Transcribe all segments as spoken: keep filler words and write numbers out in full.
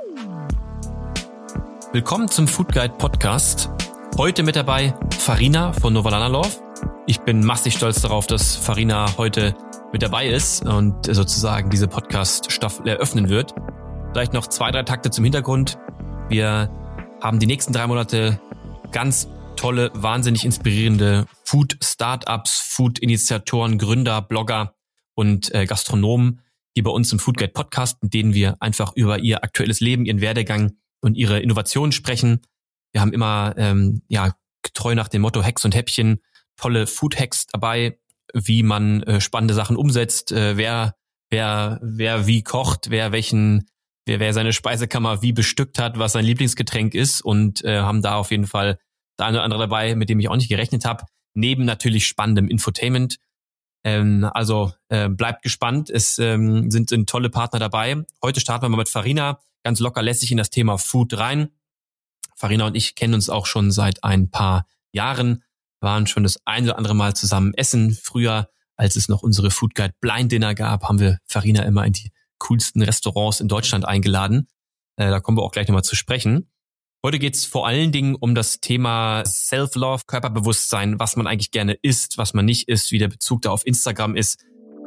Willkommen zum Food Guide Podcast. Heute mit dabei Farina von Novalana Love. Ich bin massig stolz darauf, dass Farina heute mit dabei ist und sozusagen diese Podcast-Staffel eröffnen wird. Vielleicht noch zwei, drei Takte zum Hintergrund. Wir haben die nächsten drei Monate ganz tolle, wahnsinnig inspirierende Food-Startups, Food-Initiatoren, Gründer, Blogger und äh, Gastronomen hier bei uns im Food Guide Podcast, mit denen wir einfach über ihr aktuelles Leben, ihren Werdegang und ihre Innovationen sprechen. Wir haben immer ähm, ja treu nach dem Motto Hacks und Häppchen tolle Food-Hacks dabei, wie man äh, spannende Sachen umsetzt, äh, wer wer wer wie kocht, wer welchen wer wer seine Speisekammer wie bestückt hat, was sein Lieblingsgetränk ist und äh, haben da auf jeden Fall der eine oder andere dabei, mit dem ich auch nicht gerechnet habe. Neben natürlich spannendem Infotainment. Ähm, also äh, bleibt gespannt. Es ähm, sind, sind tolle Partner dabei. Heute starten wir mal mit Farina. Ganz locker lässig in das Thema Food rein. Farina und ich kennen uns auch schon seit ein paar Jahren, waren schon das ein oder andere Mal zusammen essen. Früher, als es noch unsere Food Guide Blind Dinner gab, haben wir Farina immer in die coolsten Restaurants in Deutschland eingeladen. Äh, da kommen wir auch gleich nochmal zu sprechen. Heute geht's vor allen Dingen um das Thema Self-Love, Körperbewusstsein, was man eigentlich gerne isst, was man nicht isst, wie der Bezug da auf Instagram ist.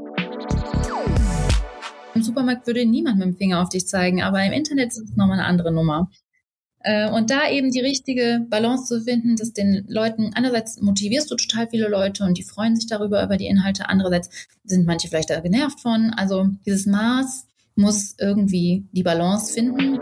Im Supermarkt würde niemand mit dem Finger auf dich zeigen, aber im Internet ist es nochmal eine andere Nummer. Und da eben die richtige Balance zu finden, dass den Leuten, einerseits motivierst du total viele Leute und die freuen sich darüber, über die Inhalte, andererseits sind manche vielleicht da genervt von. Also dieses Maß muss irgendwie die Balance finden.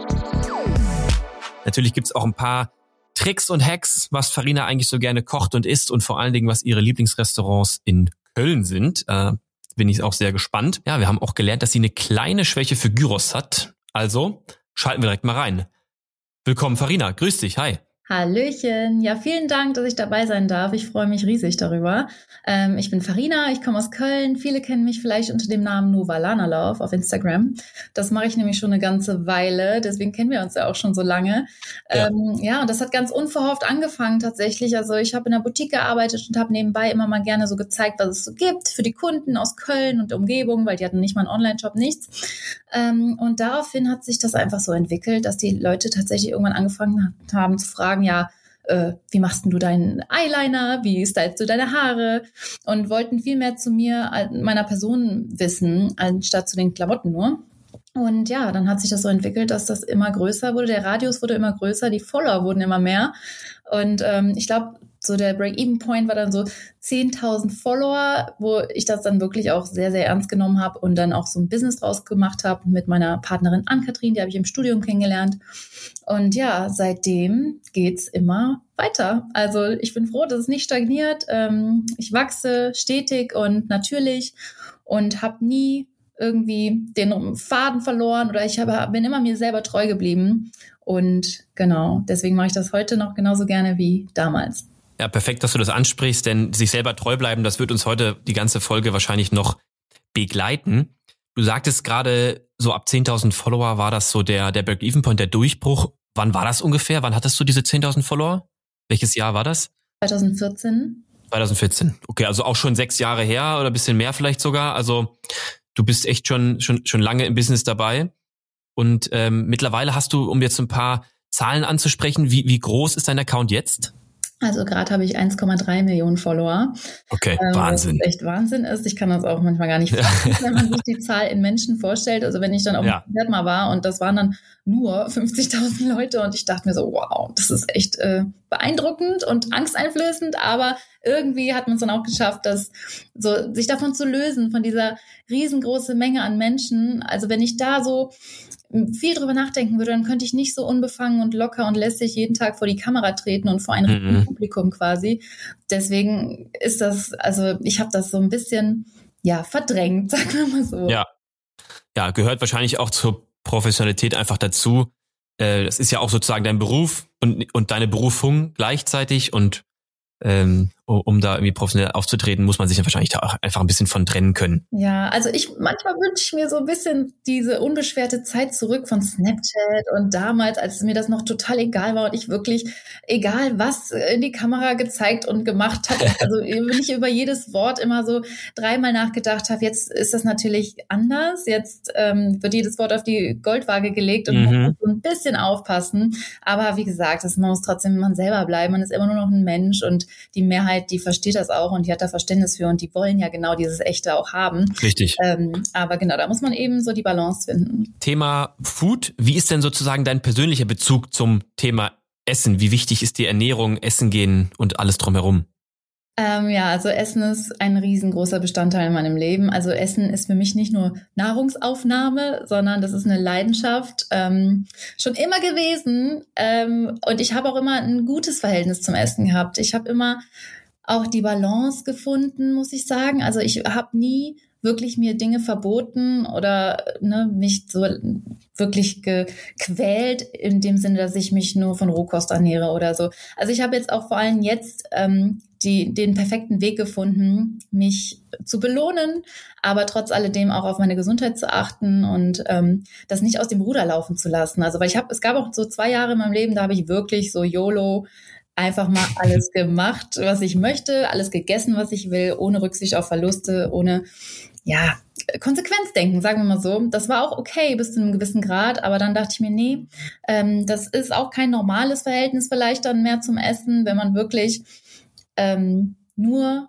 Natürlich gibt's auch ein paar Tricks und Hacks, was Farina eigentlich so gerne kocht und isst und vor allen Dingen, was ihre Lieblingsrestaurants in Köln sind. Äh, bin ich auch sehr gespannt. Ja, wir haben auch gelernt, dass sie eine kleine Schwäche für Gyros hat. Also schalten wir direkt mal rein. Willkommen, Farina. Grüß dich. Hi. Hallöchen. Ja, vielen Dank, dass ich dabei sein darf. Ich freue mich riesig darüber. Ähm, ich bin Farina, ich komme aus Köln. Viele kennen mich vielleicht unter dem Namen Novalana Love auf Instagram. Das mache ich nämlich schon eine ganze Weile, deswegen kennen wir uns ja auch schon so lange. Ja, ähm, ja und das hat ganz unverhofft angefangen tatsächlich. Also ich habe in der Boutique gearbeitet und habe nebenbei immer mal gerne so gezeigt, was es so gibt für die Kunden aus Köln und der Umgebung, weil die hatten nicht mal einen Online-Shop, nichts. Ähm, und daraufhin hat sich das einfach so entwickelt, dass die Leute tatsächlich irgendwann angefangen haben zu fragen, ja, äh, wie machst denn du deinen Eyeliner, wie stylst du deine Haare und wollten viel mehr zu mir, meiner Person wissen, anstatt zu den Klamotten nur. Und ja, dann hat sich das so entwickelt, dass das immer größer wurde, der Radius wurde immer größer, die Follower wurden immer mehr und ähm, ich glaube, so der Break-Even-Point war dann so zehntausend Follower, wo ich das dann wirklich auch sehr, sehr ernst genommen habe und dann auch so ein Business draus gemacht habe mit meiner Partnerin Ann-Kathrin, die habe ich im Studium kennengelernt. Und ja, seitdem geht's immer weiter. Also ich bin froh, dass es nicht stagniert. Ich wachse stetig und natürlich und habe nie irgendwie den Faden verloren oder ich habe, bin immer mir selber treu geblieben. Und genau, deswegen mache ich das heute noch genauso gerne wie damals. Ja, perfekt, dass du das ansprichst, denn sich selber treu bleiben, das wird uns heute die ganze Folge wahrscheinlich noch begleiten. Du sagtest gerade, so ab zehntausend Follower war das so der, der Break-Even-Point, der Durchbruch. Wann war das ungefähr? Wann hattest du diese zehntausend Follower? Welches Jahr war das? zwanzig vierzehn. zwanzig vierzehn. Okay, also auch schon sechs Jahre her oder ein bisschen mehr vielleicht sogar. Also du bist echt schon, schon, schon lange im Business dabei. Und ähm, mittlerweile hast du, um jetzt ein paar Zahlen anzusprechen, wie, wie groß ist dein Account jetzt? Also gerade habe ich eins Komma drei Millionen Follower. Okay, ähm, Wahnsinn. Was echt Wahnsinn ist. Ich kann das auch manchmal gar nicht fassen, wenn man sich die Zahl in Menschen vorstellt. Also wenn ich dann auf ja. dem Konzert mal war und das waren dann nur fünfzigtausend Leute und ich dachte mir so, wow, das ist echt äh, beeindruckend und angsteinflößend, aber irgendwie hat man es dann auch geschafft, dass so sich davon zu lösen, von dieser riesengroßen Menge an Menschen. Also wenn ich da so viel drüber nachdenken würde, dann könnte ich nicht so unbefangen und locker und lässig jeden Tag vor die Kamera treten und vor ein mhm. Publikum quasi. Deswegen ist das, also ich habe das so ein bisschen, ja, verdrängt, sagen wir mal so. Ja, ja, gehört wahrscheinlich auch zur Professionalität einfach dazu. Äh, das ist ja auch sozusagen dein Beruf und und deine Berufung gleichzeitig und ähm, um da irgendwie professionell aufzutreten, muss man sich ja wahrscheinlich da auch einfach ein bisschen von trennen können. Ja, also ich, manchmal wünsche ich mir so ein bisschen diese unbeschwerte Zeit zurück von Snapchat und damals, als mir das noch total egal war und ich wirklich, egal was, in die Kamera gezeigt und gemacht habe, also wenn ich über jedes Wort immer so dreimal nachgedacht habe, jetzt ist das natürlich anders, jetzt ähm, wird jedes Wort auf die Goldwaage gelegt und mhm. man muss so ein bisschen aufpassen, aber wie gesagt, das, man muss trotzdem man selber bleiben, man ist immer nur noch ein Mensch und die Mehrheit, die versteht das auch und die hat da Verständnis für und die wollen ja genau dieses Echte auch haben. Richtig. Ähm, aber genau, da muss man eben so die Balance finden. Thema Food, wie ist denn sozusagen dein persönlicher Bezug zum Thema Essen? Wie wichtig ist die Ernährung, Essen gehen und alles drumherum? Ähm, ja, also Essen ist ein riesengroßer Bestandteil in meinem Leben. Also Essen ist für mich nicht nur Nahrungsaufnahme, sondern das ist eine Leidenschaft, ähm, schon immer gewesen. Ähm, und ich habe auch immer ein gutes Verhältnis zum Essen gehabt. Ich habe immer auch die Balance gefunden, muss ich sagen. Also ich habe nie wirklich mir Dinge verboten oder ne, mich so wirklich gequält in dem Sinne, dass ich mich nur von Rohkost ernähre oder so. Also ich habe jetzt auch vor allem jetzt ähm, die, den perfekten Weg gefunden, mich zu belohnen, aber trotz alledem auch auf meine Gesundheit zu achten und ähm, das nicht aus dem Ruder laufen zu lassen. Also weil ich habe, es gab auch so zwei Jahre in meinem Leben, da habe ich wirklich so YOLO einfach mal alles gemacht, was ich möchte, alles gegessen, was ich will, ohne Rücksicht auf Verluste, ohne ja, Konsequenzdenken, sagen wir mal so. Das war auch okay bis zu einem gewissen Grad, aber dann dachte ich mir, nee, ähm, das ist auch kein normales Verhältnis vielleicht dann mehr zum Essen, wenn man wirklich ähm, nur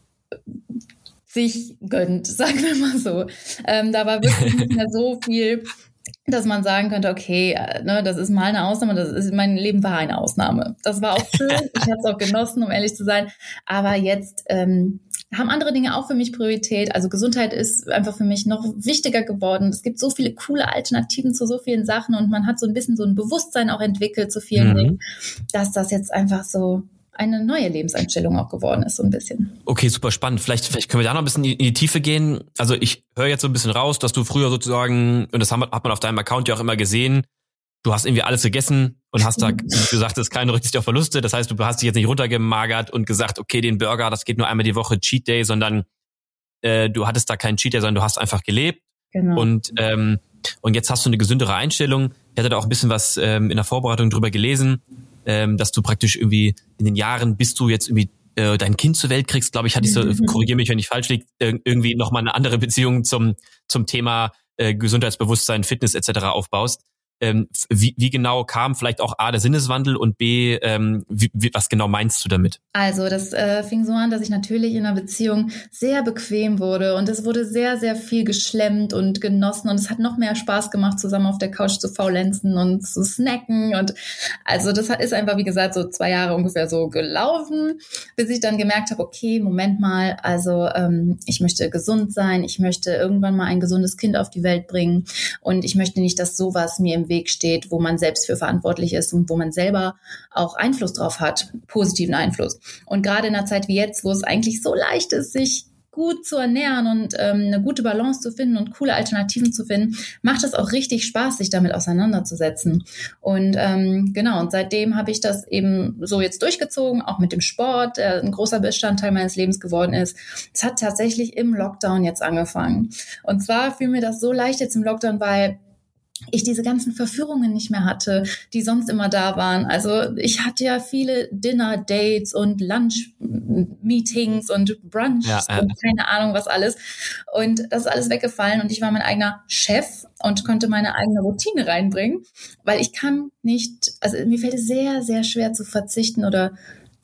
sich gönnt, sagen wir mal so. Ähm, da war wirklich nicht mehr so viel, dass man sagen könnte, okay, ne, das ist mal eine Ausnahme, das ist, mein Leben war eine Ausnahme. Das war auch schön, ich habe es auch genossen, um ehrlich zu sein, aber jetzt ähm, haben andere Dinge auch für mich Priorität. Also Gesundheit ist einfach für mich noch wichtiger geworden. Es gibt so viele coole Alternativen zu so vielen Sachen und man hat so ein bisschen so ein Bewusstsein auch entwickelt zu vielen mhm. Dingen, dass das jetzt einfach so eine neue Lebenseinstellung auch geworden ist, so ein bisschen. Okay, super spannend. Vielleicht, vielleicht können wir da noch ein bisschen in die Tiefe gehen. Also ich höre jetzt so ein bisschen raus, dass du früher sozusagen, und das hat man auf deinem Account ja auch immer gesehen, du hast irgendwie alles gegessen und hast da, du sagtest, keine Rücksicht auf Verluste. Das heißt, du hast dich jetzt nicht runtergemagert und gesagt, okay, den Burger, das geht nur einmal die Woche Cheat Day, sondern äh, du hattest da keinen Cheat Day, sondern du hast einfach gelebt. Genau. Und ähm, und jetzt hast du eine gesündere Einstellung. Ich hatte da auch ein bisschen was ähm, in der Vorbereitung drüber gelesen, ähm, dass du praktisch irgendwie in den Jahren, bis du jetzt irgendwie äh, dein Kind zur Welt kriegst, glaube ich, hatte ich so, korrigiere mich, wenn ich falsch liege, äh, irgendwie nochmal eine andere Beziehung zum zum Thema äh, Gesundheitsbewusstsein, Fitness et cetera aufbaust. Ähm, wie, wie genau kam vielleicht auch A, der Sinneswandel und B, ähm, wie, wie, was genau meinst du damit? Also das äh, fing so an, dass ich natürlich in einer Beziehung sehr bequem wurde und es wurde sehr, sehr viel geschlemmt und genossen und es hat noch mehr Spaß gemacht, zusammen auf der Couch zu faulenzen und zu snacken und also das ist einfach, wie gesagt, so zwei Jahre ungefähr so gelaufen, bis ich dann gemerkt habe, okay, Moment mal, also ähm, ich möchte gesund sein, ich möchte irgendwann mal ein gesundes Kind auf die Welt bringen und ich möchte nicht, dass sowas mir im Weg steht, wo man selbst für verantwortlich ist und wo man selber auch Einfluss drauf hat, positiven Einfluss. Und gerade in einer Zeit wie jetzt, wo es eigentlich so leicht ist, sich gut zu ernähren und ähm, eine gute Balance zu finden und coole Alternativen zu finden, macht es auch richtig Spaß, sich damit auseinanderzusetzen. Und ähm, genau, und seitdem habe ich das eben so jetzt durchgezogen, auch mit dem Sport, der ein großer Bestandteil meines Lebens geworden ist. Es hat tatsächlich im Lockdown jetzt angefangen. Und zwar fiel mir das so leicht jetzt im Lockdown, weil ich diese ganzen Verführungen nicht mehr hatte, die sonst immer da waren. Also ich hatte ja viele Dinner-Dates und Lunch-Meetings und Brunch ja, äh. und keine Ahnung was alles. Und das ist alles weggefallen und ich war mein eigener Chef und konnte meine eigene Routine reinbringen, weil ich kann nicht, also mir fällt es sehr, sehr schwer zu verzichten oder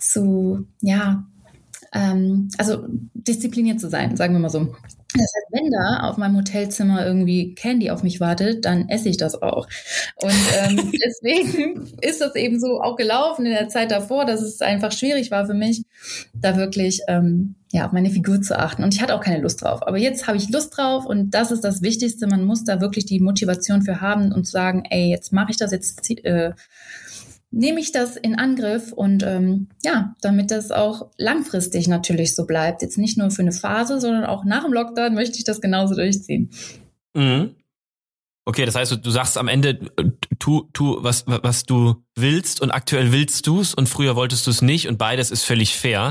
zu, ja, ähm, also diszipliniert zu sein, sagen wir mal so. Das heißt, wenn da auf meinem Hotelzimmer irgendwie Candy auf mich wartet, dann esse ich das auch. Und ähm, deswegen ist das eben so auch gelaufen in der Zeit davor, dass es einfach schwierig war für mich, da wirklich ähm, ja auf meine Figur zu achten. Und ich hatte auch keine Lust drauf. Aber jetzt habe ich Lust drauf und das ist das Wichtigste. Man muss da wirklich die Motivation für haben und sagen, ey, jetzt mache ich das, jetzt äh, nehme ich das in Angriff und ähm, ja, damit das auch langfristig natürlich so bleibt. Jetzt nicht nur für eine Phase, sondern auch nach dem Lockdown möchte ich das genauso durchziehen. Mhm. Okay, das heißt, du sagst am Ende, tu, tu was, was du willst und aktuell willst du es und früher wolltest du es nicht und beides ist völlig fair.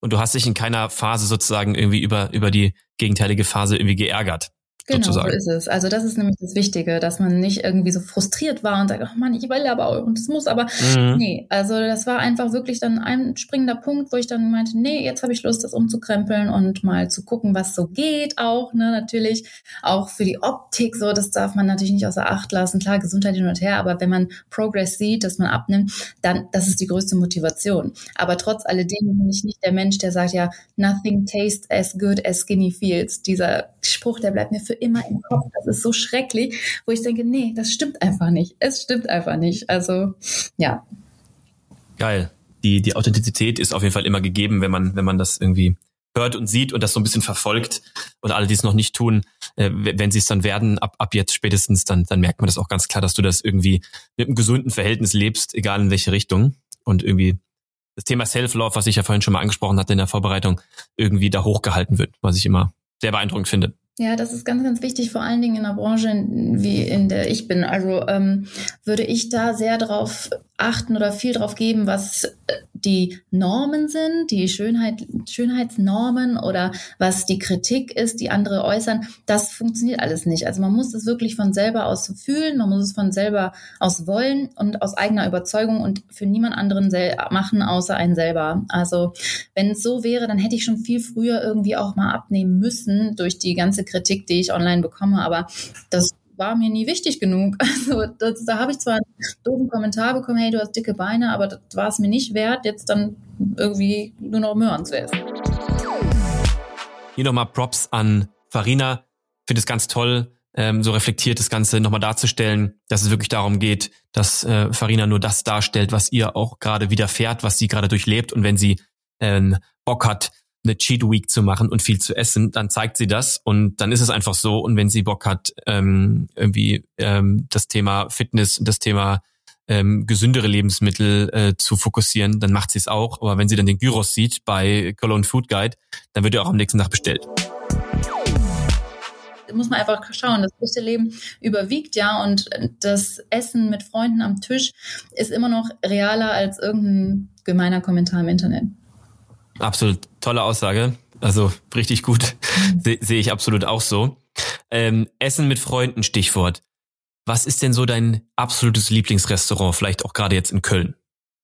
und du hast dich in keiner Phase sozusagen irgendwie über, über die gegenteilige Phase irgendwie geärgert. Genau, sozusagen. So ist es. Also das ist nämlich das Wichtige, dass man nicht irgendwie so frustriert war und sagt, oh Mann, ich will aber auch und es muss aber. Mhm. Nee, also das war einfach wirklich dann ein springender Punkt, wo ich dann meinte, nee, jetzt habe ich Lust, das umzukrempeln und mal zu gucken, was so geht auch, ne, natürlich auch für die Optik so, das darf man natürlich nicht außer Acht lassen. Klar, Gesundheit hin und her, aber wenn man Progress sieht, dass man abnimmt, dann, das ist die größte Motivation. Aber trotz alledem bin ich nicht der Mensch, der sagt, ja, nothing tastes as good as skinny feels. Dieser Spruch, der bleibt mir für immer im Kopf. Das ist so schrecklich, wo ich denke, nee, das stimmt einfach nicht. Es stimmt einfach nicht. Also, ja. Geil. Die, die Authentizität ist auf jeden Fall immer gegeben, wenn man, wenn man das irgendwie hört und sieht und das so ein bisschen verfolgt. Und alle, die es noch nicht tun, äh, wenn sie es dann werden, ab, ab jetzt spätestens, dann, dann merkt man das auch ganz klar, dass du das irgendwie mit einem gesunden Verhältnis lebst, egal in welche Richtung. Und irgendwie das Thema Self-Love, was ich ja vorhin schon mal angesprochen hatte in der Vorbereitung, irgendwie da hochgehalten wird, was ich immer sehr beeindruckend finde. Ja, das ist ganz, ganz wichtig, vor allen Dingen in einer Branche, wie in der ich bin. Also ähm, würde ich da sehr drauf achten oder viel drauf geben, was die Normen sind, die Schönheit, Schönheitsnormen oder was die Kritik ist, die andere äußern. Das funktioniert alles nicht. Also man muss es wirklich von selber aus fühlen, man muss es von selber aus wollen und aus eigener Überzeugung und für niemand anderen sel- machen, außer einen selber. Also wenn es so wäre, dann hätte ich schon viel früher irgendwie auch mal abnehmen müssen durch die ganze Kritik, die ich online bekomme. Aber das war mir nie wichtig genug. Also das, da habe ich zwar einen doofen Kommentar bekommen, hey, du hast dicke Beine, aber das war es mir nicht wert, jetzt dann irgendwie nur noch Möhren zu essen. Hier nochmal Props an Farina. Ich finde es ganz toll, ähm, so reflektiert das Ganze nochmal darzustellen, dass es wirklich darum geht, dass äh, Farina nur das darstellt, was ihr auch gerade widerfährt, was sie gerade durchlebt. Und wenn sie ähm, Bock hat, eine Cheat Week zu machen und viel zu essen, dann zeigt sie das und dann ist es einfach so. Und wenn sie Bock hat, ähm, irgendwie ähm, das Thema Fitness und das Thema ähm, gesündere Lebensmittel äh, zu fokussieren, dann macht sie es auch. Aber wenn sie dann den Gyros sieht bei Cologne Food Guide, dann wird er auch am nächsten Tag bestellt. Muss man einfach schauen, das echte Leben überwiegt, ja, und das Essen mit Freunden am Tisch ist immer noch realer als irgendein gemeiner Kommentar im Internet. Absolut tolle Aussage. Also richtig gut. Se- sehe ich absolut auch so. Ähm, Essen mit Freunden, Stichwort. Was ist denn so dein absolutes Lieblingsrestaurant, vielleicht auch gerade jetzt in Köln?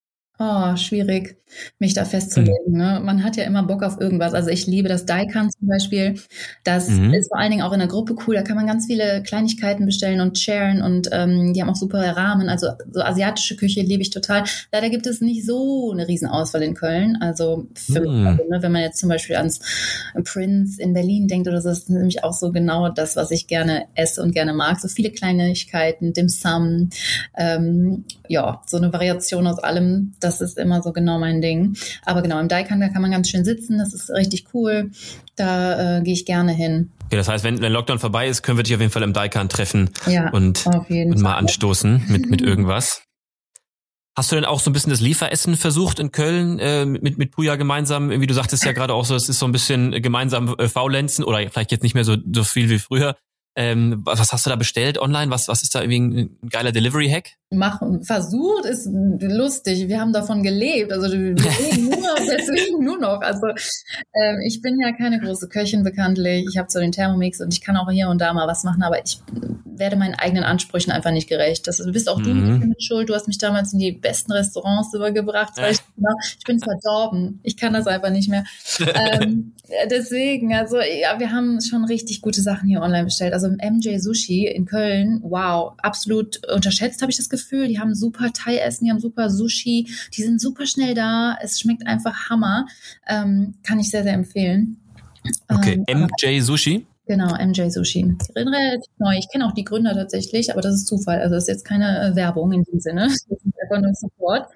Oh, schwierig, mich da festzulegen. Mhm. Ne? Man hat ja immer Bock auf irgendwas. Also ich liebe das Daikan zum Beispiel. Das mhm. ist vor allen Dingen auch in der Gruppe cool. Da kann man ganz viele Kleinigkeiten bestellen und sharen und ähm, die haben auch super Rahmen. Also so asiatische Küche liebe ich total. Leider gibt es nicht so eine Riesenauswahl in Köln. Also für mhm. mich, also, ne, wenn man jetzt zum Beispiel ans Prince in Berlin denkt oder so, ist nämlich auch so genau das, was ich gerne esse und gerne mag. So viele Kleinigkeiten, Dim Sum, ähm, ja, so eine Variation aus allem. Das ist immer so genau mein Ding. Aber genau, im Daikan, da kann man ganz schön sitzen. Das ist richtig cool. Da äh, gehe ich gerne hin. Okay, das heißt, wenn, wenn Lockdown vorbei ist, können wir dich auf jeden Fall im Daikan treffen ja, und, auf jeden und mal Fall. anstoßen mit, mit irgendwas. Hast du denn auch so ein bisschen das Lieferessen versucht in Köln äh, mit, mit Puja gemeinsam? Irgendwie, du sagtest ja gerade auch so, es ist so ein bisschen gemeinsam äh, faulenzen oder vielleicht jetzt nicht mehr so, so viel wie früher. Ähm, was hast du da bestellt online? Was, was ist da irgendwie ein geiler Delivery-Hack? Machen, versucht ist lustig. Wir haben davon gelebt. Also wir leben nur noch, deswegen nur noch. Also ähm, ich bin ja keine große Köchin bekanntlich. Ich habe so den Thermomix und ich kann auch hier und da mal was machen, aber ich werde meinen eigenen Ansprüchen einfach nicht gerecht. Das bist auch mhm. du mit Schuld. Du hast mich damals in die besten Restaurants übergebracht. Weil ich, genau, ich bin verdorben. Ich kann das einfach nicht mehr. ähm, deswegen, also ja, wir haben schon richtig gute Sachen hier online bestellt. Also M J Sushi in Köln, wow, absolut unterschätzt habe ich das Gefühl. Die haben super Thai-Essen, die haben super Sushi, die sind super schnell da. Es schmeckt einfach Hammer. Ähm, kann ich sehr, sehr empfehlen. Okay, ähm, M J Sushi? Genau, M J Sushi. Die sind relativ neu. Ich kenne auch die Gründer tatsächlich, aber das ist Zufall. Also das ist jetzt keine Werbung in dem Sinne. Das ist einfach nur Support.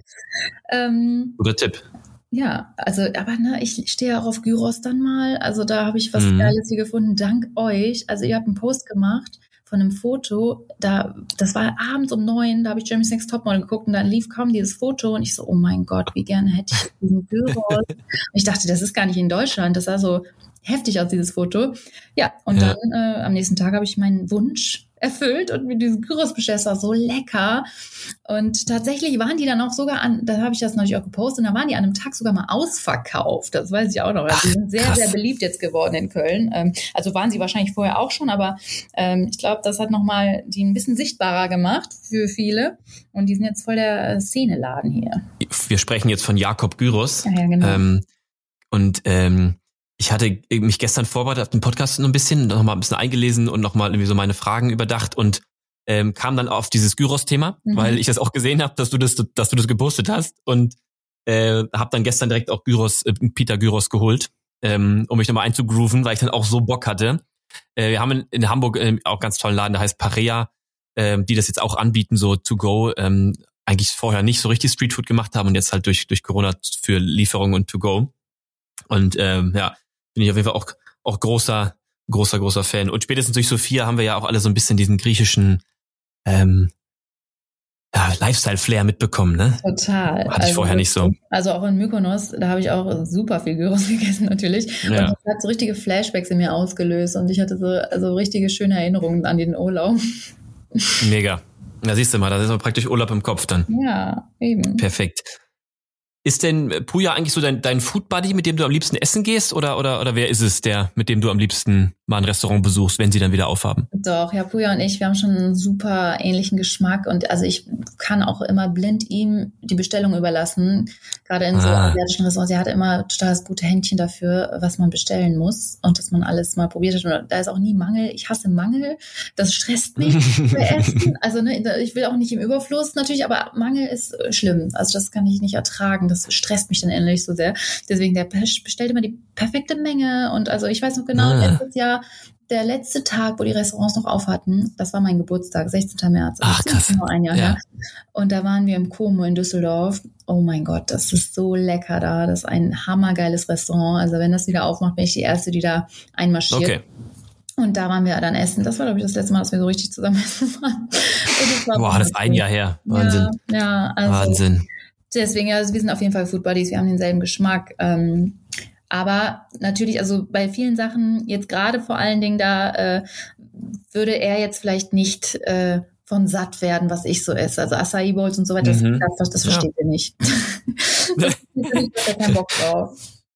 Ähm, Guter Tipp. Ja, also, aber ne, ich stehe auch auf Gyros dann mal. Also da habe ich was mhm. Geiles hier gefunden, dank euch. Also ihr habt einen Post gemacht von einem Foto, da, das war abends um neun, da habe ich Jeremy's Next Topmodel geguckt und dann lief kaum dieses Foto und ich so, oh mein Gott, wie gerne hätte ich diesen Gyros. Und ich dachte, das ist gar nicht in Deutschland, das sah so heftig aus, dieses Foto. Ja, und ja. dann äh, am nächsten Tag habe ich meinen Wunsch erfüllt und mit diesem Gyros-Besteck war so lecker. Und tatsächlich waren die dann auch sogar an, da habe ich das natürlich auch gepostet, und da waren die an einem Tag sogar mal ausverkauft. Das weiß ich auch noch. Also die sind sehr, krass. sehr beliebt jetzt geworden in Köln. Ähm, also waren sie wahrscheinlich vorher auch schon, aber ähm, ich glaube, das hat nochmal die ein bisschen sichtbarer gemacht für viele. Und die sind jetzt voll der Szeneladen hier. Wir sprechen jetzt von Jakob Gyros. Ja, ja, genau. Ähm, und ähm, ich hatte mich gestern vorbereitet auf den Podcast noch ein bisschen, noch mal ein bisschen eingelesen und noch mal irgendwie so meine Fragen überdacht und ähm, kam dann auf dieses Gyros-Thema, mhm. weil ich das auch gesehen habe, dass du das, dass du das gepostet hast und äh, habe dann gestern direkt auch Gyros, äh, Peter Gyros geholt, ähm, um mich nochmal einzugrooven, weil ich dann auch so Bock hatte. Äh, wir haben in, in Hamburg äh, auch ganz tollen Laden, der heißt Parea, äh, die das jetzt auch anbieten, so to go. Ähm, eigentlich vorher nicht so richtig Streetfood gemacht haben und jetzt halt durch durch Corona für Lieferung und to go. Und ähm, ja, bin ich auf jeden Fall auch auch großer, großer, großer Fan. Und spätestens durch Sophia haben wir ja auch alle so ein bisschen diesen griechischen ähm, ja, Lifestyle-Flair mitbekommen, ne? Total. Hatte ich also, vorher nicht so. Also auch in Mykonos, da habe ich auch super viel Gyros gegessen natürlich. Ja. Und das hat so richtige Flashbacks in mir ausgelöst und ich hatte so also richtige schöne Erinnerungen an den Urlaub. Mega. Da siehst du mal, das ist praktisch Urlaub im Kopf dann. Ja, eben. Perfekt. Ist denn Puja eigentlich so dein, dein Food Buddy, mit dem du am liebsten essen gehst? Oder, oder, oder wer ist es, der, mit dem du am liebsten mal ein Restaurant besuchst, wenn sie dann wieder aufhaben? Doch, ja, Puja und ich, wir haben schon einen super ähnlichen Geschmack und also ich kann auch immer blind ihm die Bestellung überlassen. Gerade in so Ah. asiatischen Restaurants, er hat immer total das gute Händchen dafür, was man bestellen muss und dass man alles mal probiert hat. Und da ist auch nie Mangel. Ich hasse Mangel. Das stresst mich bei Essen. Also ne, ich will auch nicht im Überfluss natürlich, aber Mangel ist schlimm. Also das kann ich nicht ertragen. Das stresst mich dann endlich so sehr. Deswegen, der bestellt immer die perfekte Menge. Und also ich weiß noch genau, Ah. letztes Jahr, der letzte Tag, wo die Restaurants noch auf hatten, das war mein Geburtstag, sechzehnten März. Also Ach, krass. Genau ein Jahr Ja. her. Und da waren wir im Como in Düsseldorf. Oh mein Gott, das ist so lecker da. Das ist ein hammergeiles Restaurant. Also wenn das wieder aufmacht, bin ich die Erste, die da einmarschiert. Okay. Und da waren wir dann essen. Das war, glaube ich, das letzte Mal, dass wir so richtig zusammen essen waren. Und das war Boah, das ist ein Jahr her. Wahnsinn. Ja, ja also Wahnsinn. deswegen, also wir sind auf jeden Fall Food Buddies. Wir haben denselben Geschmack. Ähm, aber natürlich, also bei vielen Sachen, jetzt gerade vor allen Dingen da, äh, würde er jetzt vielleicht nicht äh, von satt werden, was ich so esse. Also Acai Bowls und so weiter, Mhm. das, das, das Ja. versteht ihr nicht. Das ich hab keinen Bock drauf.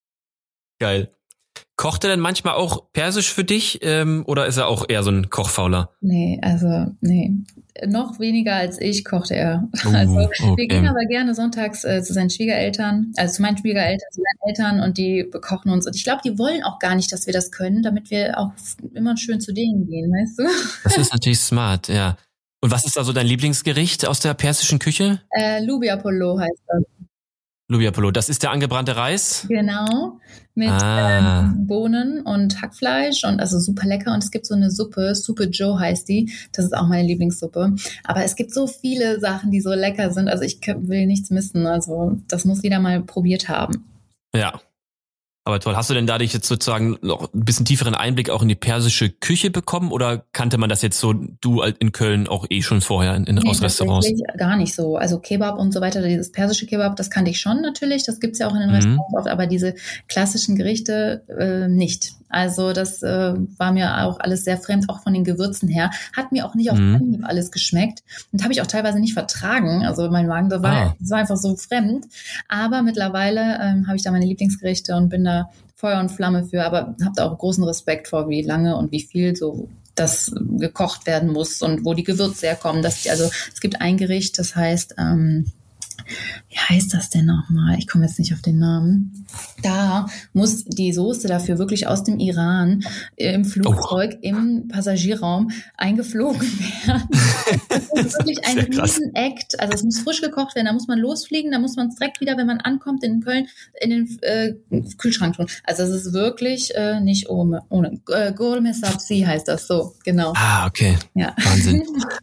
Geil. Kocht er denn manchmal auch Persisch für dich ähm, oder ist er auch eher so ein Kochfauler? Nee, also, nee. Noch weniger als ich kochte er. Oh, Also, wir okay. gehen aber gerne sonntags äh, zu seinen Schwiegereltern, also zu meinen Schwiegereltern, zu seinen Eltern und die bekochen uns. Und ich glaube, die wollen auch gar nicht, dass wir das können, damit wir auch immer schön zu denen gehen, weißt du? Das ist natürlich smart, ja. Und was ist da so dein Lieblingsgericht aus der persischen Küche? Äh, Lubia Polo heißt das. Lubia Polo, das ist der angebrannte Reis? Genau. Mit Ah. ähm, Bohnen und Hackfleisch und also super lecker. Und es gibt so eine Suppe, Suppe Joe heißt die. Das ist auch meine Lieblingssuppe. Aber es gibt so viele Sachen, die so lecker sind. Also ich will nichts missen. Also das muss jeder mal probiert haben. Ja. Aber toll. Hast du denn dadurch jetzt sozusagen noch ein bisschen tieferen Einblick auch in die persische Küche bekommen oder kannte man das jetzt so, du in Köln auch eh schon vorher in, in Nee, aus Restaurants? tatsächlich gar nicht so. Also Kebab und so weiter, dieses persische Kebab, das kannte ich schon natürlich. Das gibt's ja auch in den Mhm. Restaurants oft, aber diese klassischen Gerichte äh, nicht. Also das äh, war mir auch alles sehr fremd, auch von den Gewürzen her. Hat mir auch nicht auf Mhm. Anhieb alles geschmeckt und habe ich auch teilweise nicht vertragen. Also mein Magen, das war, Ah. das war einfach so fremd. Aber mittlerweile ähm, habe ich da meine Lieblingsgerichte und bin da Feuer und Flamme für, aber habe da auch großen Respekt vor, wie lange und wie viel so das gekocht werden muss und wo die Gewürze herkommen. Dass die, also es gibt ein Gericht, das heißt, ähm, wie heißt das denn nochmal? Ich komme jetzt nicht auf den Namen. Da muss die Soße dafür wirklich aus dem Iran im Flugzeug, oh. im Passagierraum eingeflogen werden. Das ist wirklich ein Riesen-Act. Also es muss frisch gekocht werden, da muss man losfliegen, da muss man es direkt wieder, wenn man ankommt in Köln, in den äh, Kühlschrank tun. Also es ist wirklich äh, nicht ohne. ohne. Äh, Gourmet Sabzi heißt das so, genau. Ah, okay. Ja. Wahnsinn.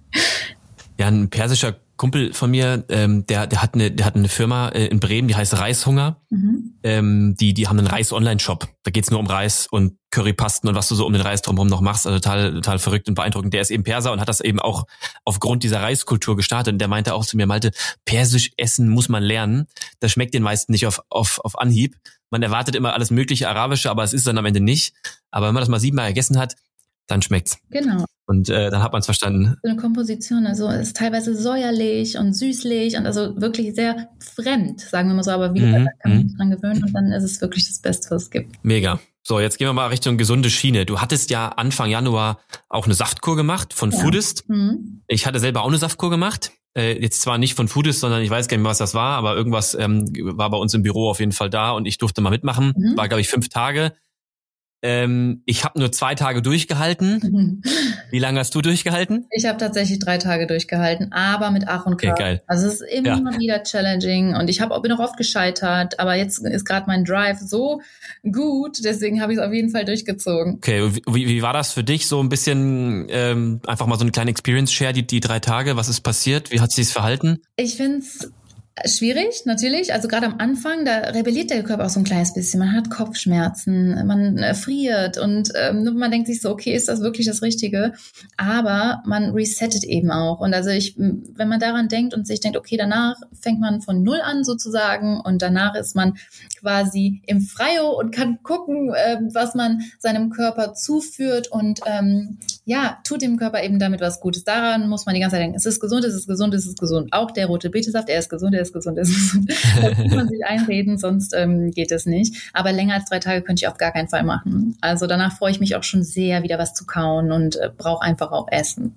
Ja, ein persischer Kumpel von mir, ähm, der, der hat eine, der hat eine Firma äh, in Bremen, die heißt Reishunger. Mhm. Ähm, die, die haben einen Reis-Online-Shop. Da geht's nur um Reis und Currypasten und was du so um den Reis drumherum noch machst. Also total, total verrückt und beeindruckend. Der ist eben Perser und hat das eben auch aufgrund dieser Reiskultur gestartet. Und der meinte auch zu mir, Malte, persisch essen muss man lernen. Das schmeckt den meisten nicht auf, auf, auf Anhieb. Man erwartet immer alles mögliche Arabische, aber es ist dann am Ende nicht. Aber wenn man das mal siebenmal gegessen hat, dann schmeckt's. Genau. Und äh, dann hat man es verstanden. So eine Komposition, also es ist teilweise säuerlich und süßlich und also wirklich sehr fremd, sagen wir mal so, aber wie gesagt, Mhm, da kann man mhm. sich dran gewöhnen und dann ist es wirklich das Beste, was es gibt. Mega. So, jetzt gehen wir mal Richtung gesunde Schiene. Du hattest ja Anfang Januar auch eine Saftkur gemacht von Ja. Foodist. Mhm. Ich hatte selber auch eine Saftkur gemacht. Äh, jetzt zwar nicht von Foodist, sondern ich weiß gar nicht mehr, was das war, aber irgendwas ähm, war bei uns im Büro auf jeden Fall da und ich durfte mal mitmachen. Mhm. War, glaube ich, fünf Tage. Ähm, ich habe nur zwei Tage durchgehalten. Mhm. Wie lange hast du durchgehalten? Ich habe tatsächlich drei Tage durchgehalten, aber mit Ach und Okay, Krach. geil. Also es ist immer Ja. wieder challenging und ich hab, bin auch oft gescheitert, aber jetzt ist gerade mein Drive so gut, deswegen habe ich es auf jeden Fall durchgezogen. Okay, und wie, wie war das für dich? So ein bisschen ähm, einfach mal so eine kleine Experience-Share, die, die drei Tage. Was ist passiert? Wie hat sich's verhalten? Ich finde es schwierig, natürlich. Also gerade am Anfang, da rebelliert der Körper auch so ein kleines bisschen. Man hat Kopfschmerzen, man äh, friert und ähm, man denkt sich so, okay, ist das wirklich das Richtige? Aber man resettet eben auch. Und also ich, wenn man daran denkt und sich denkt, okay, danach fängt man von Null an sozusagen und danach ist man quasi im Freio und kann gucken, äh, was man seinem Körper zuführt und ähm, ja, tut dem Körper eben damit was Gutes. Daran muss man die ganze Zeit denken, es ist gesund, es ist gesund, es ist gesund. Auch der rote Betesaft, er ist gesund, er ist gesund, er ist gesund. Das muss man sich einreden, sonst ähm, geht es nicht. Aber länger als drei Tage könnte ich auf gar keinen Fall machen. Also danach freue ich mich auch schon sehr, wieder was zu kauen und äh, brauche einfach auch Essen.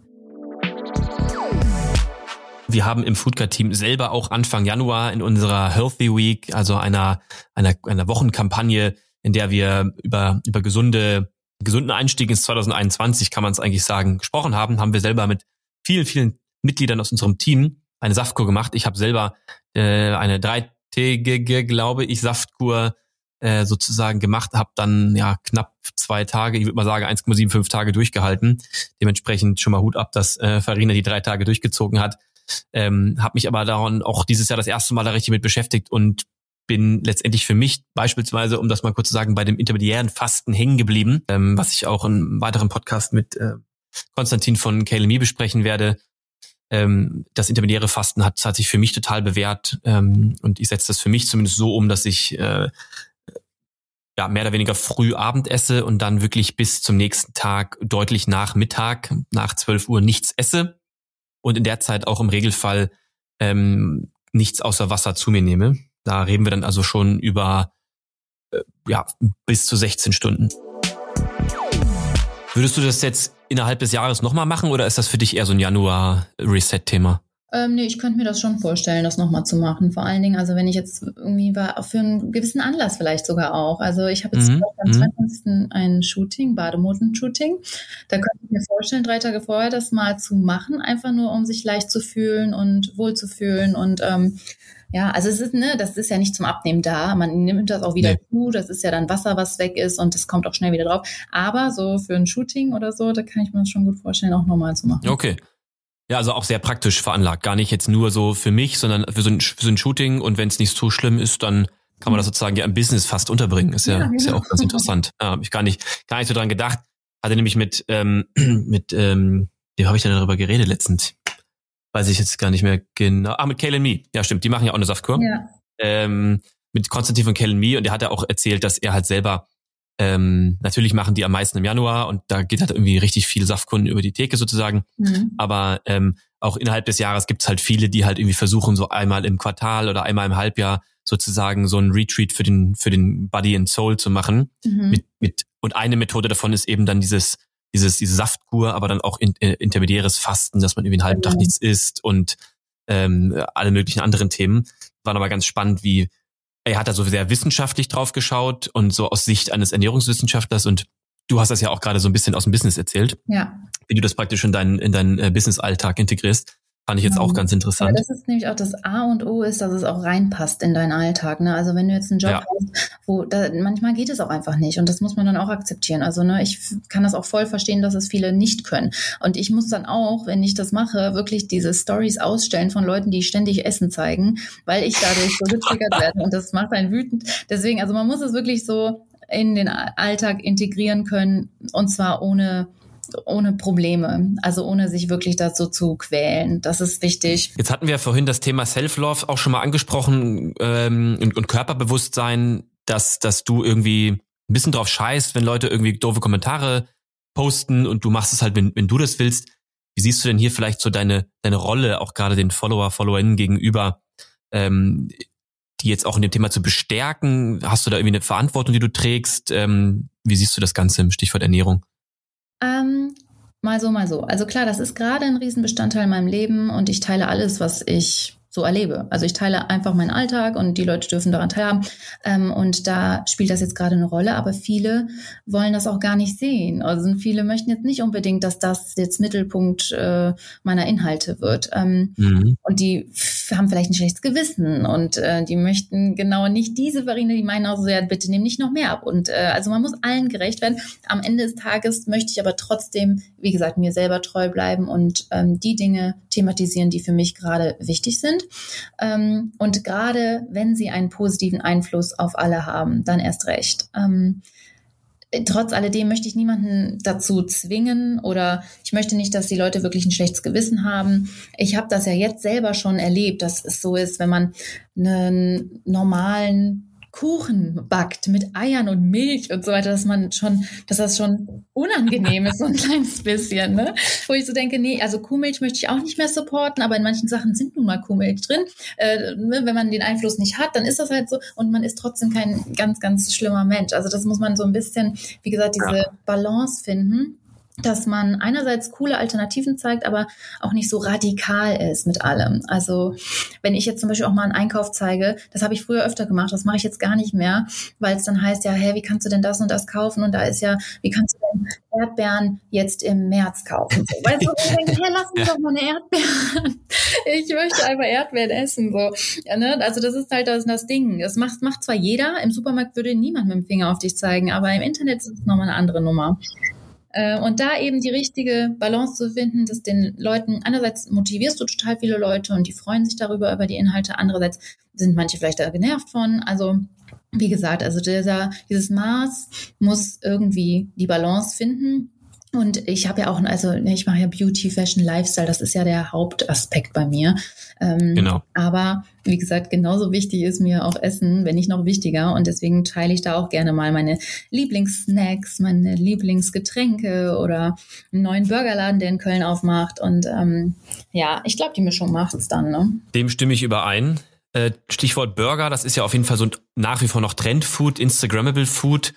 Wir haben im Foodguide-Team selber auch Anfang Januar in unserer Healthy Week, also einer, einer, einer Wochenkampagne, in der wir über, über gesunde, gesunden Einstieg ins zwanzig einundzwanzig, kann man es eigentlich sagen, gesprochen haben, haben wir selber mit vielen, vielen Mitgliedern aus unserem Team eine Saftkur gemacht. Ich habe selber äh, eine dreitägige, glaube ich, Saftkur äh, sozusagen gemacht, habe dann ja knapp zwei Tage, ich würde mal sagen eins Komma fünfundsiebzig Tage durchgehalten. Dementsprechend schon mal Hut ab, dass äh, Farina die drei Tage durchgezogen hat. Ähm, habe mich aber daran auch dieses Jahr das erste Mal da richtig mit beschäftigt und bin letztendlich für mich beispielsweise, um das mal kurz zu sagen, bei dem intermediären Fasten hängen geblieben, ähm, was ich auch in einem weiteren Podcast mit äh, Konstantin von K L M E besprechen werde. Ähm, das intermediäre Fasten hat, hat sich für mich total bewährt ähm, und ich setze das für mich zumindest so um, dass ich äh, ja mehr oder weniger früh Abend esse und dann wirklich bis zum nächsten Tag deutlich nach Mittag, nach zwölf Uhr nichts esse und in der Zeit auch im Regelfall ähm, nichts außer Wasser zu mir nehme. Da reden wir dann also schon über äh, ja bis zu sechzehn Stunden. Würdest du das jetzt innerhalb des Jahres nochmal machen oder ist das für dich eher so ein Januar-Reset-Thema? Ähm, nee, ich könnte mir das schon vorstellen, das nochmal zu machen. Vor allen Dingen, also wenn ich jetzt irgendwie war, für einen gewissen Anlass vielleicht sogar auch. Also ich habe jetzt Mhm, am mhm. zweiundzwanzigsten ein Shooting, Bademoden-Shooting. Da könnte ich mir vorstellen, drei Tage vorher das mal zu machen, einfach nur, um sich leicht zu fühlen und wohl zu fühlen und ähm, ja, also es ist, ne, das ist ja nicht zum Abnehmen da. Man nimmt das auch wieder Nee. zu. Das ist ja dann Wasser, was weg ist und das kommt auch schnell wieder drauf. Aber so für ein Shooting oder so, da kann ich mir das schon gut vorstellen, auch normal zu machen. Okay. Ja, also auch sehr praktisch veranlagt. Gar nicht jetzt nur so für mich, sondern für so ein, für so ein Shooting. Und wenn es nicht so schlimm ist, dann kann man das sozusagen ja im Business fast unterbringen. Ist ja, Ja, ist ja genau. auch ganz interessant. Ja, hab ich gar nicht, gar nicht so dran gedacht. Hatte nämlich mit, ähm, mit, ähm, wie habe ich denn darüber geredet letztens? Weiß ich jetzt gar nicht mehr genau. Ah, mit K L M E. Ja, stimmt. Die machen ja auch eine Saftkur. Ja. Ähm, mit Konstantin von K L M E. Und der hat ja auch erzählt, dass er halt selber, ähm, natürlich machen die am meisten im Januar und da geht halt irgendwie richtig viel Saftkunden über die Theke sozusagen. Mhm. Aber ähm, auch innerhalb des Jahres gibt's halt viele, die halt irgendwie versuchen, so einmal im Quartal oder einmal im Halbjahr sozusagen so ein Retreat für den für den Body and Soul zu machen. Mhm. Mit, mit und eine Methode davon ist eben dann dieses dieses diese Saftkur, aber dann auch in, äh, intermediäres Fasten, dass man irgendwie einen halben Tag Mhm. nichts isst und ähm, alle möglichen anderen Themen. War nochmal ganz spannend, wie er hat da so sehr wissenschaftlich drauf geschaut und so aus Sicht eines Ernährungswissenschaftlers und du hast das ja auch gerade so ein bisschen aus dem Business erzählt, Ja. wie du das praktisch in deinen in deinen äh, Business-Alltag integrierst. Fand ich jetzt auch ganz Aber interessant. das ist nämlich auch das A und O ist, dass es auch reinpasst in deinen Alltag. Ne? Also wenn du jetzt einen Job Ja. hast, wo da, manchmal geht es auch einfach nicht und das muss man dann auch akzeptieren. Also ne, ich f- kann das auch voll verstehen, dass es viele nicht können. Und ich muss dann auch, wenn ich das mache, wirklich diese Stories ausstellen von Leuten, die ständig Essen zeigen, weil ich dadurch so getriggert werde und das macht einen wütend. Deswegen, also man muss es wirklich so in den Alltag integrieren können und zwar ohne ohne Probleme, also ohne sich wirklich dazu zu quälen. Das ist wichtig. Jetzt hatten wir ja vorhin das Thema Self-Love auch schon mal angesprochen ähm, und, und Körperbewusstsein, dass dass du irgendwie ein bisschen drauf scheißt, wenn Leute irgendwie doofe Kommentare posten und du machst es halt, wenn, wenn du das willst. Wie siehst du denn hier vielleicht so deine, deine Rolle, auch gerade den Follower, Followerinnen gegenüber, ähm, die jetzt auch in dem Thema zu bestärken? Hast du da irgendwie eine Verantwortung, die du trägst? Ähm, wie siehst du das Ganze im Stichwort Ernährung? Ähm, mal so, mal so. Also klar, das ist gerade ein Riesenbestandteil in meinem Leben und ich teile alles, was ich so erlebe. Also ich teile einfach meinen Alltag und die Leute dürfen daran teilhaben. Ähm, und da spielt das jetzt gerade eine Rolle, aber viele wollen das auch gar nicht sehen. Also viele möchten jetzt nicht unbedingt, dass das jetzt Mittelpunkt äh, meiner Inhalte wird. Ähm, mhm. Und die f- haben vielleicht ein schlechtes Gewissen und äh, die möchten genau nicht diese Farina, die meinen auch so, ja, bitte nimm nicht noch mehr ab. Und äh, also man muss allen gerecht werden. Am Ende des Tages möchte ich aber trotzdem, wie gesagt, mir selber treu bleiben und ähm, die Dinge thematisieren, die für mich gerade wichtig sind. Ähm, und gerade wenn sie einen positiven Einfluss auf alle haben, dann erst recht. Ähm, trotz alledem möchte ich niemanden dazu zwingen oder ich möchte nicht, dass die Leute wirklich ein schlechtes Gewissen haben. Ich habe das ja jetzt selber schon erlebt, dass es so ist, wenn man einen normalen Kuchen backt mit Eiern und Milch und so weiter, dass man schon, dass das schon unangenehm ist, so ein kleines bisschen, ne? Wo ich so denke, nee, also Kuhmilch möchte ich auch nicht mehr supporten, aber in manchen Sachen sind nun mal Kuhmilch drin. Äh, ne, wenn man den Einfluss nicht hat, dann ist das halt so und man ist trotzdem kein ganz, ganz schlimmer Mensch. Also das muss man so ein bisschen, wie gesagt, diese ja. Balance finden, dass man einerseits coole Alternativen zeigt, aber auch nicht so radikal ist mit allem. Also wenn ich jetzt zum Beispiel auch mal einen Einkauf zeige, das habe ich früher öfter gemacht, das mache ich jetzt gar nicht mehr, weil es dann heißt, ja, hey, wie kannst du denn das und das kaufen? Und da ist ja, wie kannst du denn Erdbeeren jetzt im März kaufen? So, weißt du, ich denke, hey, lass mich doch mal eine Erdbeeren. Ich möchte einfach Erdbeeren essen. So. Ja, ne? Also das ist halt das, das Ding. Das macht, macht zwar jeder, im Supermarkt würde niemand mit dem Finger auf dich zeigen, aber im Internet ist es nochmal eine andere Nummer. Und da eben die richtige Balance zu finden, dass den Leuten, einerseits motivierst du total viele Leute und die freuen sich darüber, über die Inhalte, andererseits sind manche vielleicht da genervt von. Also wie gesagt, also dieser, dieses Maß muss irgendwie die Balance finden. Und ich habe ja auch, also ich mache ja Beauty, Fashion, Lifestyle, das ist ja der Hauptaspekt bei mir. Ähm, genau. Aber wie gesagt, genauso wichtig ist mir auch Essen, wenn nicht noch wichtiger. Und deswegen teile ich da auch gerne mal meine Lieblingssnacks, meine Lieblingsgetränke oder einen neuen Burgerladen, der in Köln aufmacht. Und ähm, ja, ich glaube, die Mischung macht's dann. Ne? Dem stimme ich überein. Äh, Stichwort Burger, das ist ja auf jeden Fall so nach wie vor noch Trendfood, Instagrammable Food.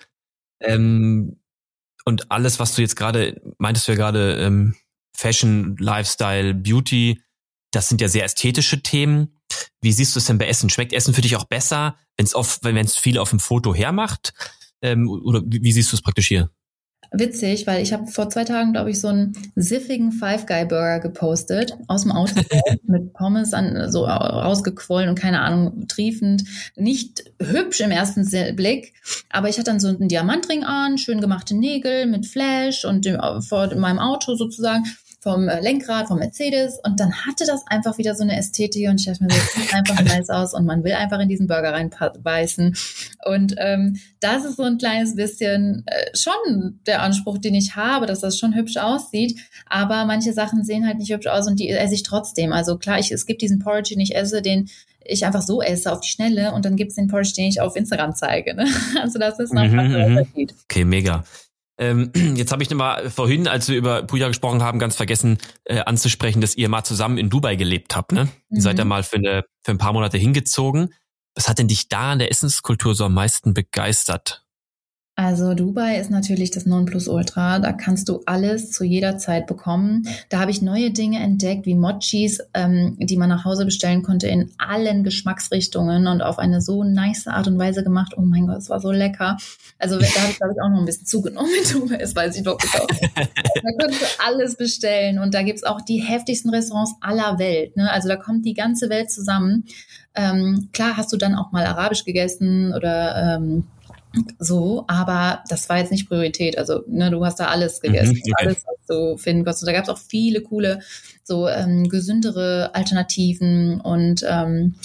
Ähm, Und alles, was du jetzt gerade, meintest du ja gerade, ähm, Fashion, Lifestyle, Beauty, das sind ja sehr ästhetische Themen. Wie siehst du es denn bei Essen? Schmeckt Essen für dich auch besser, wenn es auf, wenn es viel auf dem Foto hermacht? Ähm, oder wie, wie siehst du es praktisch hier? Witzig, weil ich habe vor zwei Tagen, glaube ich, so einen siffigen Five-Guy-Burger gepostet, aus dem Auto mit Pommes an, so rausgequollen und keine Ahnung, triefend. Nicht hübsch im ersten Blick, aber ich hatte dann so einen Diamantring an, schön gemachte Nägel mit Flash und dem, vor meinem Auto sozusagen, vom Lenkrad, vom Mercedes und dann hatte das einfach wieder so eine Ästhetik und ich dachte mir, das sieht einfach nice aus und man will einfach in diesen Burger reinbeißen und ähm, das ist so ein kleines bisschen äh, schon der Anspruch, den ich habe, dass das schon hübsch aussieht, aber manche Sachen sehen halt nicht hübsch aus und die esse ich trotzdem, also klar, ich, es gibt diesen Porridge, den ich esse, den ich einfach so esse auf die Schnelle und dann gibt es den Porridge, den ich auf Instagram zeige, ne? Also das ist noch mhm, ein Unterschied. Okay, mega. Ähm, jetzt habe ich mal vorhin, als wir über Puja gesprochen haben, ganz vergessen äh, anzusprechen, dass ihr mal zusammen in Dubai gelebt habt, ne? Mhm. Ihr seid ja mal für, eine, für ein paar Monate hingezogen. Was hat denn dich da an der Essenskultur so am meisten begeistert? Also Dubai ist natürlich das Nonplusultra. Da kannst du alles zu jeder Zeit bekommen. Da habe ich neue Dinge entdeckt, wie Mochis, ähm, die man nach Hause bestellen konnte in allen Geschmacksrichtungen und auf eine so nice Art und Weise gemacht. Oh mein Gott, es war so lecker. Also da habe ich, glaube ich, auch noch ein bisschen zugenommen in Dubai, das weiß ich doch genau. Da konntest du alles bestellen und da gibt's auch die heftigsten Restaurants aller Welt. Ne? Also da kommt die ganze Welt zusammen. Ähm, klar hast du dann auch mal Arabisch gegessen oder ähm, so, aber das war jetzt nicht Priorität. Also, ne, du hast da alles gegessen, mhm, okay. Alles, was du finden konntest. Und da gab es auch viele coole, so ähm, gesündere Alternativen und ähm,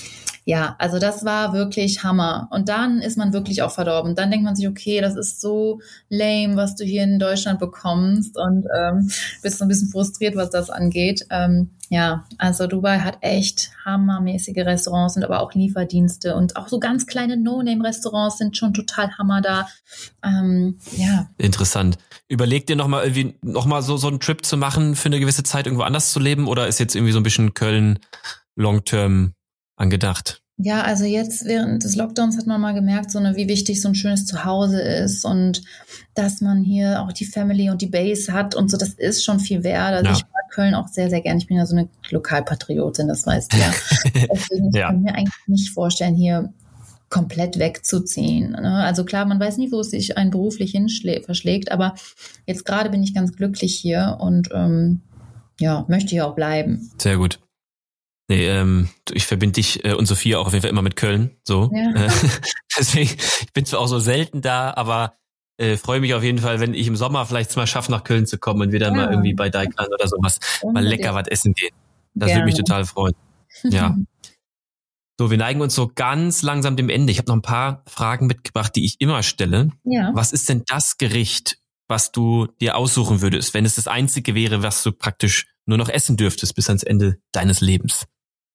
ja, also das war wirklich Hammer. Und dann ist man wirklich auch verdorben. Dann denkt man sich, okay, das ist so lame, was du hier in Deutschland bekommst und ähm, bist so ein bisschen frustriert, was das angeht. Ähm, ja, also Dubai hat echt hammermäßige Restaurants und aber auch Lieferdienste und auch so ganz kleine No-Name-Restaurants sind schon total Hammer da. Ähm, ja. Interessant. Überleg dir nochmal irgendwie nochmal so, so einen Trip zu machen, für eine gewisse Zeit irgendwo anders zu leben, oder ist jetzt irgendwie so ein bisschen Köln long-term angedacht? Ja, also jetzt während des Lockdowns hat man mal gemerkt, so eine, wie wichtig so ein schönes Zuhause ist und dass man hier auch die Family und die Base hat und so, das ist schon viel wert. Also ja. Ich mag Köln auch sehr, sehr gern. Ich bin ja so eine Lokalpatriotin, das weißt du ja. Deswegen ja. Ich kann mir eigentlich nicht vorstellen, hier komplett wegzuziehen. Ne? Also klar, man weiß nie, wo es sich einen beruflich hinschlä- verschlägt, aber jetzt gerade bin ich ganz glücklich hier und ähm, ja, möchte hier auch bleiben. Sehr gut. Nee, ähm, ich verbinde dich äh, und Sophia auch auf jeden Fall immer mit Köln. So. Ja. Äh, deswegen, ich bin zwar auch so selten da, aber äh, freue mich auf jeden Fall, wenn ich im Sommer vielleicht mal schaffe, nach Köln zu kommen und wieder ja. mal irgendwie bei Daikan oder sowas Unbedingt. mal lecker was essen gehen. Das Gerne. Würde mich total freuen. Ja. So, wir neigen uns so ganz langsam dem Ende. Ich habe noch ein paar Fragen mitgebracht, die ich immer stelle. Ja. Was ist denn das Gericht, was du dir aussuchen würdest, wenn es das einzige wäre, was du praktisch nur noch essen dürftest bis ans Ende deines Lebens?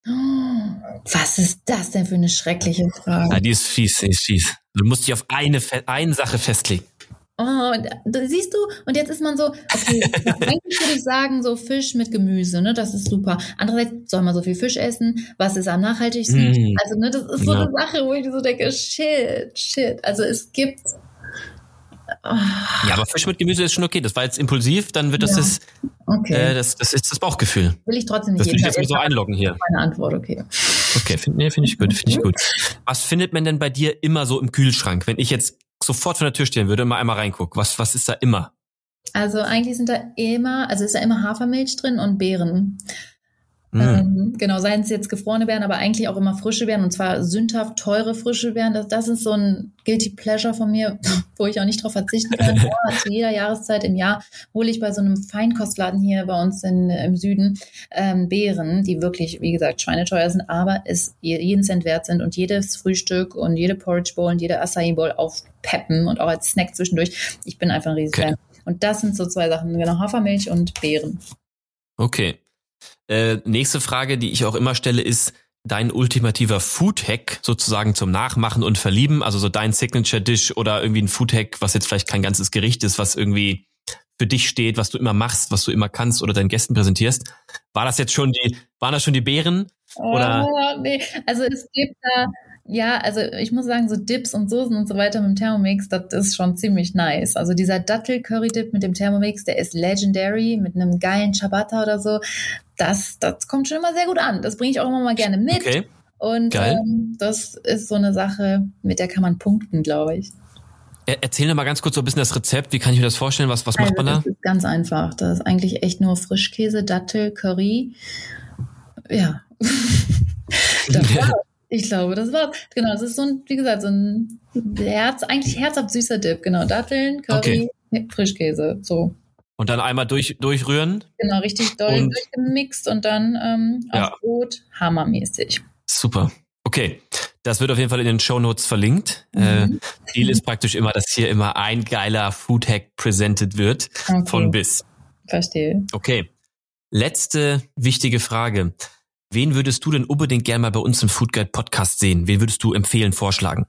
Was ist das denn für eine schreckliche Frage? Ja, die ist fies, die ist fies. Du musst dich auf eine, eine Sache festlegen. Oh, da, siehst du, und jetzt ist man so, okay, eigentlich würde ich sagen, so Fisch mit Gemüse, ne, das ist super. Andererseits soll man so viel Fisch essen, was ist am nachhaltigsten? Mm. Also, ne, das ist so ja. eine Sache, wo ich so denke, shit, shit. Also es gibt... Oh. Ja, aber Fisch mit Gemüse ist schon okay. Das war jetzt impulsiv, dann wird das ja. das, okay. äh, das, das ist das Bauchgefühl. Will ich trotzdem nicht. Das will ich jetzt mal so einloggen hier. Meine Antwort, okay. Okay, finde nee, find ich gut, finde ich gut. Was findet man denn bei dir immer so im Kühlschrank, wenn ich jetzt sofort vor der Tür stehen würde und mal einmal reingucke? Was, was ist da immer? Also eigentlich sind da immer, also ist da immer Hafermilch drin und Beeren. Mm. Ähm, genau, seien es jetzt gefrorene Beeren, aber eigentlich auch immer frische Beeren und zwar sündhaft teure frische Beeren. Das, das ist so ein Guilty Pleasure von mir, wo ich auch nicht drauf verzichten kann. Ja, zu jeder Jahreszeit im Jahr hole ich bei so einem Feinkostladen hier bei uns in, im Süden ähm, Beeren, die wirklich, wie gesagt, schweineteuer sind, aber es jeden Cent wert sind und jedes Frühstück und jede Porridge Bowl und jede Acai Bowl aufpeppen und auch als Snack zwischendurch. Ich bin einfach ein riesen Fan. Okay. Und das sind so zwei Sachen, genau, Hafermilch und Beeren. Okay. Äh, nächste Frage, die ich auch immer stelle, ist dein ultimativer Food-Hack sozusagen zum Nachmachen und Verlieben, also so dein Signature-Dish oder irgendwie ein Food-Hack, was jetzt vielleicht kein ganzes Gericht ist, was irgendwie für dich steht, was du immer machst, was du immer kannst oder deinen Gästen präsentierst. War das jetzt schon die, waren das schon die Beeren? Oder? Oh, nee, also es gibt da, ja, also ich muss sagen, so Dips und Soßen und so weiter mit dem Thermomix, das ist schon ziemlich nice. Also dieser Dattel-Curry-Dip mit dem Thermomix, der ist legendary, mit einem geilen Ciabatta oder so. Das, das kommt schon immer sehr gut an. Das bringe ich auch immer mal gerne mit. Okay. Und ähm, das ist so eine Sache, mit der kann man punkten, glaube ich. Erzähl doch mal ganz kurz so ein bisschen das Rezept. Wie kann ich mir das vorstellen? Was, was also macht man da? Das ist ganz einfach. Das ist eigentlich echt nur Frischkäse, Dattel, Curry. Ja. Das war's. Ich glaube, das war's. Genau, das ist so ein, wie gesagt, so ein Herz, eigentlich herzhaft süßer Dip. Genau, Datteln, Curry, okay. Frischkäse, so. Und dann einmal durch, durchrühren? Genau, richtig doll und durchgemixt und dann ähm, auf ja. Brot, hammermäßig. Super. Okay, das wird auf jeden Fall in den Shownotes verlinkt. Mhm. Äh, Ziel ist praktisch immer, dass hier immer ein geiler Foodhack presented wird, okay. von bis. Verstehe. Okay, letzte wichtige Frage. Wen würdest du denn unbedingt gerne mal bei uns im Food Guide Podcast sehen? Wen würdest du empfehlen, vorschlagen?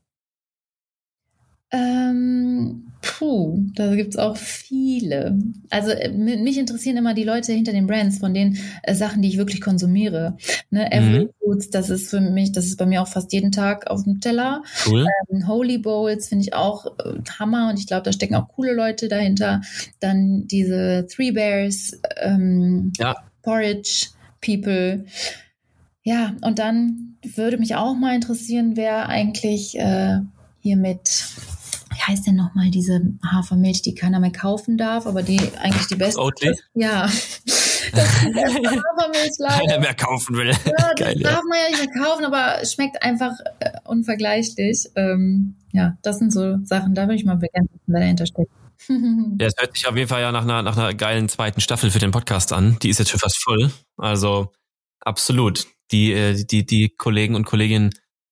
Ähm, puh, da gibt's auch viele. Also mich interessieren immer die Leute hinter den Brands von den äh, Sachen, die ich wirklich konsumiere. Ne, Every mhm. Foods, das ist für mich, das ist bei mir auch fast jeden Tag auf dem Teller. Cool. Ähm, Holy Bowls finde ich auch äh, Hammer und ich glaube, da stecken auch coole Leute dahinter. Dann diese Three Bears, ähm, ja. Porridge People. Ja, und dann würde mich auch mal interessieren, wer eigentlich äh, hier mit, wie heißt denn nochmal diese Hafermilch, die keiner mehr kaufen darf, aber die eigentlich die beste Oatly? ist. Ja, das ist die beste Hafermilch leider. Keiner mehr kaufen will. Ja, Geil, das ja. darf man ja nicht mehr kaufen, aber schmeckt einfach äh, unvergleichlich. Ähm, ja, das sind so Sachen, da würde ich mal begrenzen, wer dahinter steckt. Ja, es hört sich auf jeden Fall ja nach einer, nach einer geilen zweiten Staffel für den Podcast an. Die ist jetzt schon fast voll. Also absolut. Die, die, die Kollegen und Kolleginnen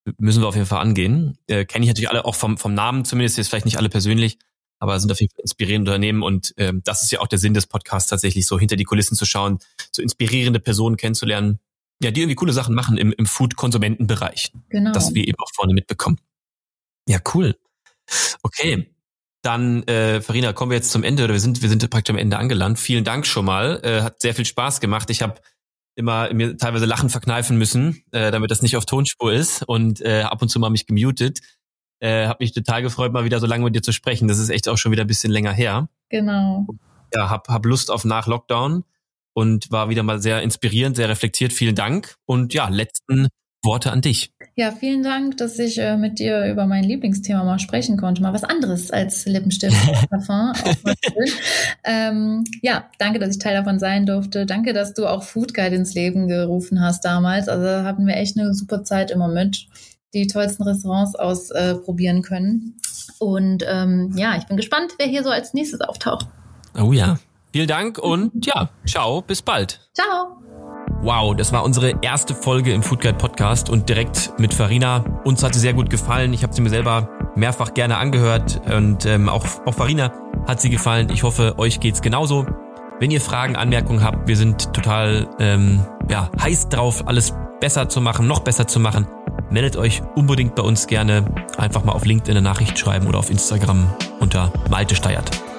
müssen wir auf jeden Fall angehen. Äh, kenne ich natürlich alle auch vom, vom Namen zumindest, jetzt vielleicht nicht alle persönlich, aber sind auf jeden Fall inspirierende Unternehmen und ähm, das ist ja auch der Sinn des Podcasts, tatsächlich so hinter die Kulissen zu schauen, so inspirierende Personen kennenzulernen, ja, die irgendwie coole Sachen machen im, im Food-Konsumentenbereich. Genau. Das wir eben auch vorne mitbekommen. Ja, cool. Okay. Dann, äh, Farina, kommen wir jetzt zum Ende, oder wir sind, wir sind praktisch am Ende angelangt. Vielen Dank schon mal. Äh, hat sehr viel Spaß gemacht. Ich habe immer mir teilweise Lachen verkneifen müssen, äh, damit das nicht auf Tonspur ist und äh, ab und zu mal mich gemutet. Äh, hab mich total gefreut, mal wieder so lange mit dir zu sprechen. Das ist echt auch schon wieder ein bisschen länger her. Genau. Ja, hab, hab Lust auf Nach-Lockdown und war wieder mal sehr inspirierend, sehr reflektiert. Vielen Dank. Und ja, letzten Worte an dich. Ja, vielen Dank, dass ich äh, mit dir über mein Lieblingsthema mal sprechen konnte. Mal was anderes als Lippenstift. Parfum. Auch mal schön. Ähm, ja, danke, dass ich Teil davon sein durfte. Danke, dass du auch Food Guide ins Leben gerufen hast damals. Also hatten wir echt eine super Zeit immer mit. Die tollsten Restaurants ausprobieren äh, können. Und ähm, ja, ich bin gespannt, wer hier so als nächstes auftaucht. Oh ja. Vielen Dank und ja, ciao, bis bald. Ciao. Wow, das war unsere erste Folge im Food Guide Podcast und direkt mit Farina. Uns hat sie sehr gut gefallen. Ich habe sie mir selber mehrfach gerne angehört und ähm, auch, auch Farina hat sie gefallen. Ich hoffe, euch geht's genauso. Wenn ihr Fragen, Anmerkungen habt, wir sind total ähm, ja, heiß drauf, alles besser zu machen, noch besser zu machen. Meldet euch unbedingt bei uns gerne. Einfach mal auf LinkedIn eine Nachricht schreiben oder auf Instagram unter Malte Steiert.